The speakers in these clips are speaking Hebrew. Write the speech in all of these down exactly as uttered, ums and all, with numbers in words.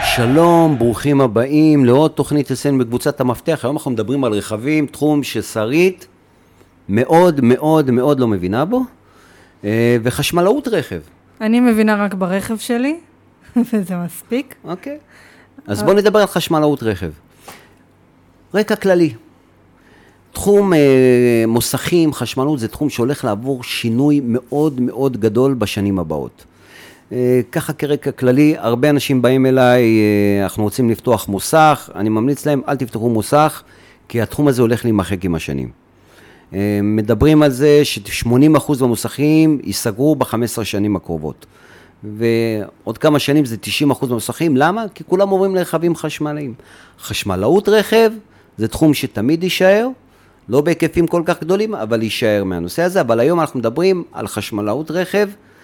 שלום, ברוכים הבאים לעוד תוכנית אצלנו בקבוצת המפתח. היום אנחנו מדברים על רכבים, תחום ששרית מאוד מאוד מאוד לא מבינה בו, וחשמלאות רכב. אני מבינה רק ברכב שלי, וזה מספיק. אוקיי. אז בואו נדבר על חשמלאות רכב. רקע כללי. תחום מוסכים, חשמלות, זה תחום שהולך לעבור שינוי מאוד מאוד גדול בשנים הבאות. ככה כרקע כללי, הרבה אנשים באים אליי, אנחנו רוצים לפתוח מוסך, אני ממליץ להם, אל תפתחו מוסך, כי התחום הזה הולך להימחק עם השנים. מדברים על זה ש-שמונים אחוז במוסכים ייסגרו ב-חמש עשרה שנים הקרובות. ועוד כמה שנים זה תשעים אחוז במוסכים, למה? כי כולם עוברים לרכבים חשמליים. חשמלאות רכב זה תחום שתמיד יישאר, לא בהיקפים כל כך גדולים, אבל יישאר מהנושא הזה, אבל היום אנחנו מדברים על חשמלאות רכב,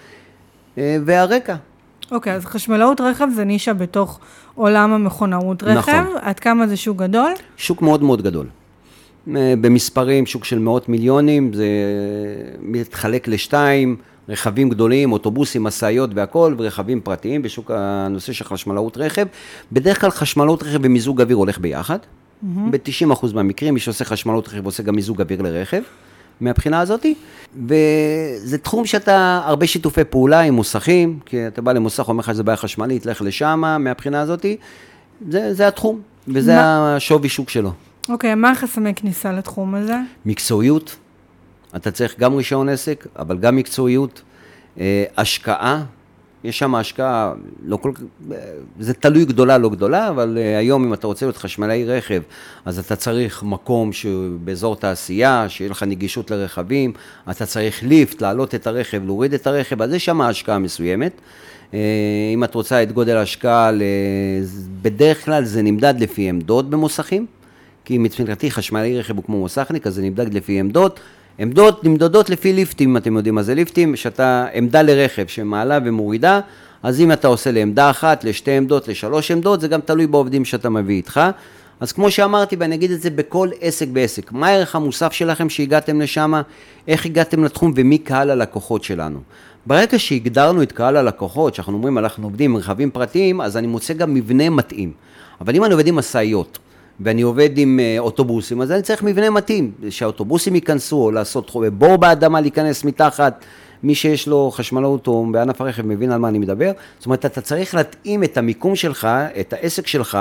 והרקע. אוקיי, אז חשמלאות רכב זה נישה בתוך עולם המכונאות רכב. נכון. עד כמה זה שוק גדול? שוק מאוד מאוד גדול. במספרים, שוק של מאות מיליונים, זה מתחלק לשתיים, רכבים גדולים, אוטובוסים, מסעיות והכל, ורכבים פרטיים בשוק הנושא של חשמלאות רכב. בדרך כלל חשמלאות רכב ומיזוג אוויר הולך ביחד. Mm-hmm. ב-תשעים אחוז מהמקרים, מי שעושה חשמלאות רכב עושה גם מיזוג אוויר לרכב. מהבחינה הזאת, וזה תחום שאתה הרבה שיתופי פעולה עם מוסכים, כי אתה בא למוסך, אומר לך שזה בעיה חשמלית, לך לשם, מהבחינה הזאת, זה, זה התחום, וזה מה... השווי שוק שלו. אוקיי, מה חסמי כניסה לתחום הזה? מקצועיות, אתה צריך גם רישיון עסק, אבל גם מקצועיות, השקעה, יש שם השקעה, לא כל, זה תלוי גדולה, לא גדולה, אבל היום אם אתה רוצה להיות חשמלאי רכב, אז אתה צריך מקום שבאזור תעשייה, שיהיה לך נגישות לרכבים, אתה צריך ליפט, לעלות את הרכב, להוריד את הרכב, אז יש שם השקעה מסוימת. אם את רוצה את גודל ההשקעה, בדרך כלל זה נמדד לפי עמדות במוסכים, כי מבחינתי חשמלאי רכב הוא כמו מוסכניק, אז זה נמדד לפי עמדות, עמדות נמדדות לפי ליפטים, אתם יודעים מה זה ליפטים, שאתה עמדה לרכב שמעלה ומורידה, אז אם אתה עושה לעמדה אחת, לשתי עמדות, לשלוש עמדות, זה גם תלוי בעובדים שאתה מביא איתך. אז כמו שאמרתי, ואני אגיד את זה בכל עסק בעסק, מה הערך המוסף שלכם שהגעתם לשם, איך הגעתם לתחום ומי קהל הלקוחות שלנו. ברגע שהגדרנו את קהל הלקוחות, שאנחנו אומרים, אנחנו עובדים עם רכבים פרטיים, אז אני מוצא גם מבנה מתאים. אבל אם אני עובד עם מסעיות, ואני עובד עם אוטובוסים, אז אני צריך מבנה מתאים, שהאוטובוסים ייכנסו, או לעשות בור באדמה, להיכנס מתחת, מי שיש לו חשמלאות או בענף הרכב מבין על מה אני מדבר, זאת אומרת, אתה צריך להתאים את המיקום שלך, את העסק שלך,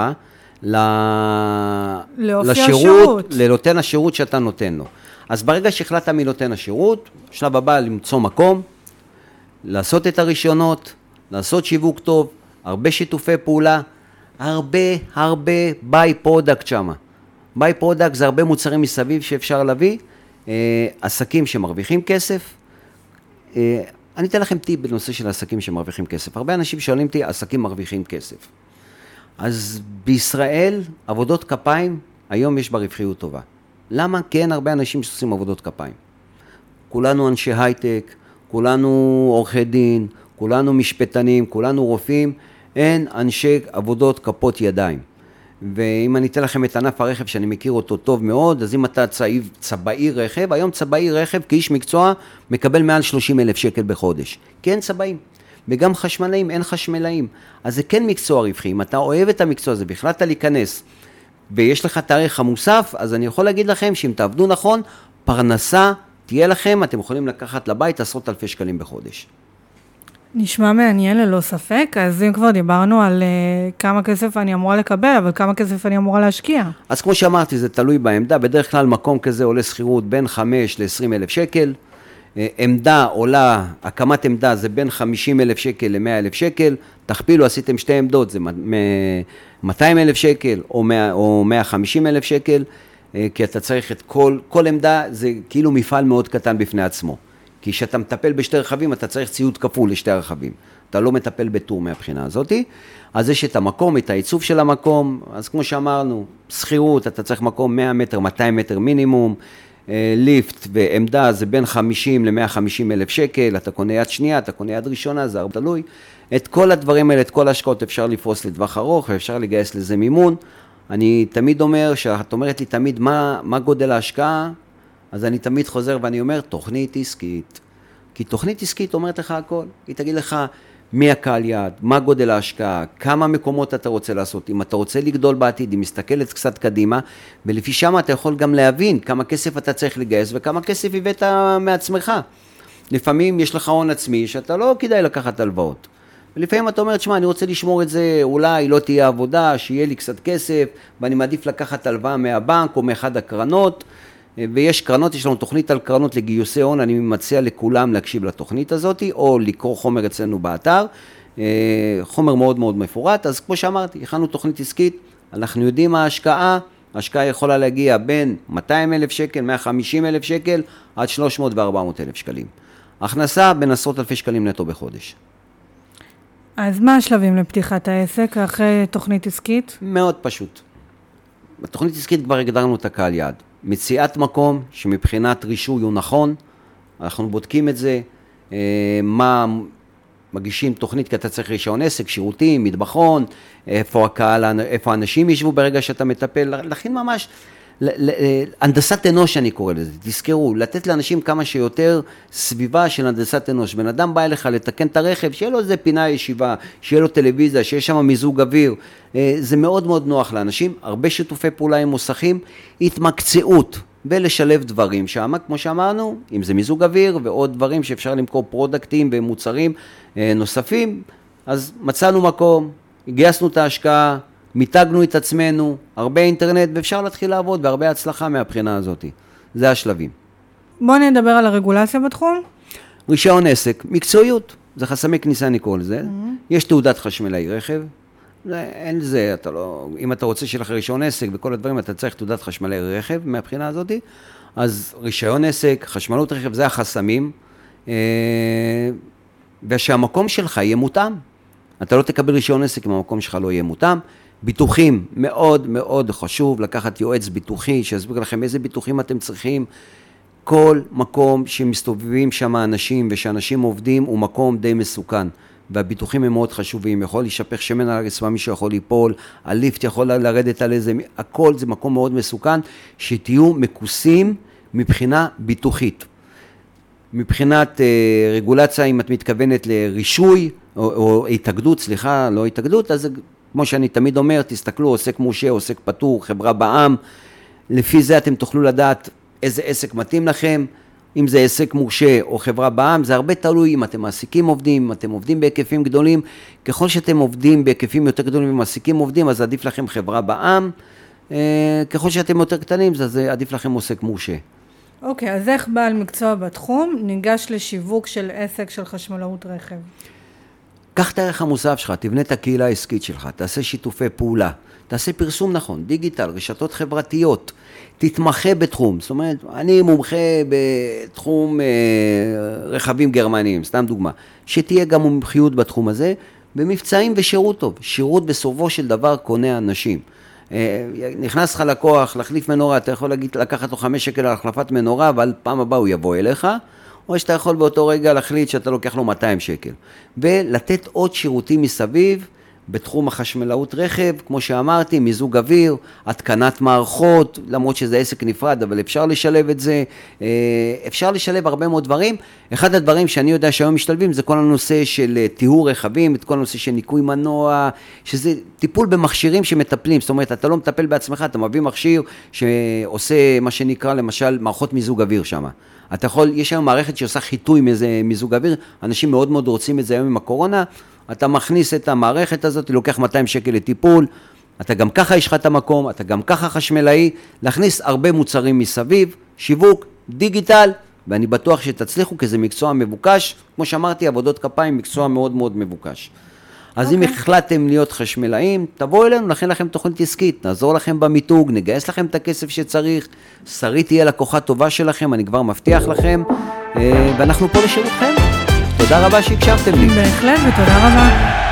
לשירות, לנותן השירות שאתה נותן לו. אז ברגע שהחלטת מי נותן השירות, שלב הבא למצוא מקום, לעשות את הרישיונות, לעשות שיווק טוב, הרבה שיתופי פעולה, הרבה, הרבה ביי פרודקט שמה. ביי פרודקט זה הרבה מוצרים מסביב שאפשר להביא, אה, עסקים שמרוויחים כסף. אה, אני אתן לכם טיפ בנושא של עסקים שמרוויחים כסף. הרבה אנשים שואלים אותי, עסקים מרוויחים כסף. אז בישראל, עבודות כפיים, היום יש בה רווחיות טובה. למה? כי אין הרבה אנשים שעושים עבודות כפיים. כולנו אנשי הייטק, כולנו עורכי דין, כולנו משפטנים, כולנו רופאים, אין אנשי עבודות כפות ידיים. ואם אני אתן לכם את ענף הרכב שאני מכיר אותו טוב מאוד, אז אם אתה צעיב, צבאי רכב, היום צבאי רכב כאיש מקצוע מקבל מעל שלושים אלף שקל בחודש. כי אין צבאים. וגם חשמלאים, אין חשמלאים. אז זה כן מקצוע רווחי. אם אתה אוהב את המקצוע הזה, בכלל אתה להיכנס, ויש לך תאריך המוסף, אז אני יכול להגיד לכם שאם תעבדו נכון, פרנסה תהיה לכם, אתם יכולים לקחת לבית עשרות אלפי שקלים בחודש. נשמע מעניין ללא ספק, אז אם כבר דיברנו על uh, כמה כסף אני אמורה לקבל, אבל כמה כסף אני אמורה להשקיע. אז כמו שאמרתי, זה תלוי בעמדה, בדרך כלל מקום כזה עולה שכירות בין חמש לעשרים אלף שקל, עמדה עולה, הקמת עמדה זה בין חמישים אלף שקל למאה אלף שקל, תכפילו, עשיתם שתי עמדות, זה מאתיים אלף שקל או מאה וחמישים אלף שקל, כי אתה צריך את כל, כל עמדה, זה כאילו מפעל מאוד קטן בפני עצמו. כי כשאתה מטפל בשתי רכבים, אתה צריך ציוד כפול לשתי רכבים. אתה לא מטפל בטור מהבחינה הזאת. אז יש את המקום, את העיצוב של המקום. אז כמו שאמרנו, שכירות, אתה צריך מקום מאה מטר, מאתיים מטר מינימום. ליפט ועמדה זה בין חמישים למאה וחמישים אלף שקל. אתה קונה יד שנייה, אתה קונה יד ראשונה, זה הרבה תלוי. את כל הדברים האלה, את כל ההשקעות אפשר לפרוס לטווח ארוך, ואפשר לגייס לזה מימון. אני תמיד אומר, שאת אומרת לי תמיד מה, מה גודל ההשקעה, אז אני תמיד חוזר ואני אומר, תוכנית עסקית. כי תוכנית עסקית אומרת לך הכל. היא תגיד לך, מי הקהל יעד, מה גודל ההשקעה, כמה מקומות אתה רוצה לעשות, אם אתה רוצה לגדול בעתיד, היא מסתכלת קצת קדימה, ולפי שם אתה יכול גם להבין כמה כסף אתה צריך לגייס, וכמה כסף הבאת מעצמך. לפעמים יש לך הון עצמי, שאתה לא כדאי לקחת הלוואות. ולפעמים אתה אומר, תשמע, אני רוצה לשמור את זה, אולי לא תהיה עבודה, שיהיה לי קצת כסף, ואני מעדיף לקחת הלוואה מהבנק או מאחד הקרנות, ויש קרנות, יש לנו תוכנית על קרנות לגיוסי הון, אני מציע לכולם להקשיב לתוכנית הזאת, או לקרוא חומר אצלנו באתר, חומר מאוד מאוד מפורט. אז כמו שאמרתי, הכנו תוכנית עסקית, אנחנו יודעים מה ההשקעה, ההשקעה יכולה להגיע בין מאתיים אלף שקל, מאה וחמישים אלף שקל, עד שלוש מאות וארבע מאות אלף שקלים. הכנסה בין עשרות אלפי שקלים נטו בחודש. אז מה השלבים לפתיחת העסק אחרי תוכנית עסקית? מאוד פשוט. בתוכנית עסקית כבר הגדרנו את הקהל יעד. מציאת מקום שמבחינת רישוי הוא נכון, אנחנו בודקים את זה, מה מגישים תוכנית, כי אתה צריך רישיון עסק, שירותים, מטבחון, איפה הקהל, איפה האנשים ישבו ברגע שאתה מטפל, לכן ממש, הנדסת אנוש אני קורא לזה, תזכרו, לתת לאנשים כמה שיותר סביבה של הנדסת אנוש, בן אדם בא אליך לתקן את הרכב, שיהיה לו איזה פינה ישיבה, שיהיה לו טלוויזיה, שיש שם מיזוג אוויר, זה מאוד מאוד נוח לאנשים, הרבה שיתופי פעולה עם מוסכים, התמקצעות ולשלב דברים שם, כמו שאמרנו, אם זה מיזוג אוויר ועוד דברים שאפשר למכור פרודקטים ומוצרים נוספים, אז מצאנו מקום, הגייסנו את ההשקעה, מיתגנו את עצמנו, הרבה אינטרנט, ואפשר להתחיל לעבוד, והרבה הצלחה מהבחינה הזאת. זה השלבים. בואו נדבר על הרגולציה בתחום. רישיון עסק, מקצועיות, זה חסמי כניסה נקרא לזה. Mm-hmm. יש תעודת חשמלאי רכב, אין זה, אתה לא, אם אתה רוצה שיהיה לך רישיון עסק וכל הדברים, אתה צריך תעודת חשמלאי רכב מהבחינה הזאת, אז רישיון עסק, חשמלות רכב, זה החסמים, ושהמקום שלך יהיה מותאם. אתה לא תקבל רישיון עסק אם המקום שלך לא יהיה מותאם. ביטוחים, מאוד מאוד חשוב לקחת יועץ ביטוחי, שיסביר לכם איזה ביטוחים אתם צריכים. כל מקום שמסתובבים שם אנשים ושאנשים עובדים הוא מקום די מסוכן, והביטוחים הם מאוד חשובים, יכול להישפך שמן על הרצפה, מישהו יכול ליפול, הליפט יכול לרדת על איזה, הכל זה מקום מאוד מסוכן, שתהיו מקוסים מבחינה ביטוחית. מבחינת אה, רגולציה, אם את מתכוונת לרישוי, או, או התאגדות, סליחה, לא התאגדות, אז כמו שאני תמיד אומר, תסתכלו, עוסק מורשה, עוסק פטור, חברה בע"מ, לפי זה אתם תוכלו לדעת איזה עסק מתאים לכם, אם זה עסק מורשה או חברה בע"מ, זה הרבה תלוי אם אתם מעסיקים עובדים, אם אתם עובדים בהיקפים גדולים, ככל שאתם עובדים בהיקפים יותר גדולים ומעסיקים עובדים, אז עדיף לכם חברה בע"מ, ככל שאתם יותר קטנים, אז עדיף לכם עוסק מורשה. אוקיי, אז איך בעל מקצוע בתחום ניגש לשיווק של עסק של חשמלאות רכב? קח את הערך המוסף שלך, תבנה את הקהילה העסקית שלך, תעשה שיתופי פעולה, תעשה פרסום נכון, דיגיטל, רשתות חברתיות, תתמחה בתחום, זאת אומרת, אני מומחה בתחום אה, רכבים גרמניים, סתם דוגמה, שתהיה גם מומחיות בתחום הזה, במבצעים ושירות טוב, שירות בסופו של דבר קונה אנשים. אה, נכנס לך לקוח, להחליף מנורה, אתה יכול להגיד, לקחת לו חמש שקל על החלפת מנורה, אבל פעם הבאה הוא יבוא אליך, או שאתה יכול באותו רגע להחליט שאתה לוקח לו מאתיים שקל. ולתת עוד שירותים מסביב, בתחום החשמלאות רכב, כמו שאמרתי, מיזוג אוויר, התקנת מערכות, למרות שזה עסק נפרד, אבל אפשר לשלב את זה, אפשר לשלב הרבה מאוד דברים. אחד הדברים שאני יודע שהיום משתלבים, זה כל הנושא של טיהור רכבים, את כל הנושא של ניקוי מנוע, שזה טיפול במכשירים שמטפלים, זאת אומרת, אתה לא מטפל בעצמך, אתה מביא מכשיר שעושה מה שנקרא, למשל, מערכות מיזוג אוויר שם. אתה יכול, יש היום מערכת שעושה חיטוי מאיזה מיזוג אוויר, אנשים מאוד מאוד רוצים את זה היום עם הקורונה, אתה מכניס את המערכת הזאת, לוקח מאתיים שקל לטיפול, אתה גם ככה יש לך את המקום, אתה גם ככה חשמלאי, להכניס הרבה מוצרים מסביב, שיווק, דיגיטל, ואני בטוח שתצליחו, כי זה מקצוע מבוקש, כמו שאמרתי, עבודות כפיים, מקצוע מאוד מאוד מבוקש. אז okay. אם החלטתם להיות חשמלאים, תבואו אלינו, נכין לכם תוכנית עסקית, נעזור לכם במיתוג, נגייס לכם את הכסף שצריך, שרית תהיה לקוחה טובה שלכם, אני כבר מבטיח לכם, ואנחנו פה לשירותכם. תודה רבה שהקשבתם לי. בהחלט, ותודה רבה.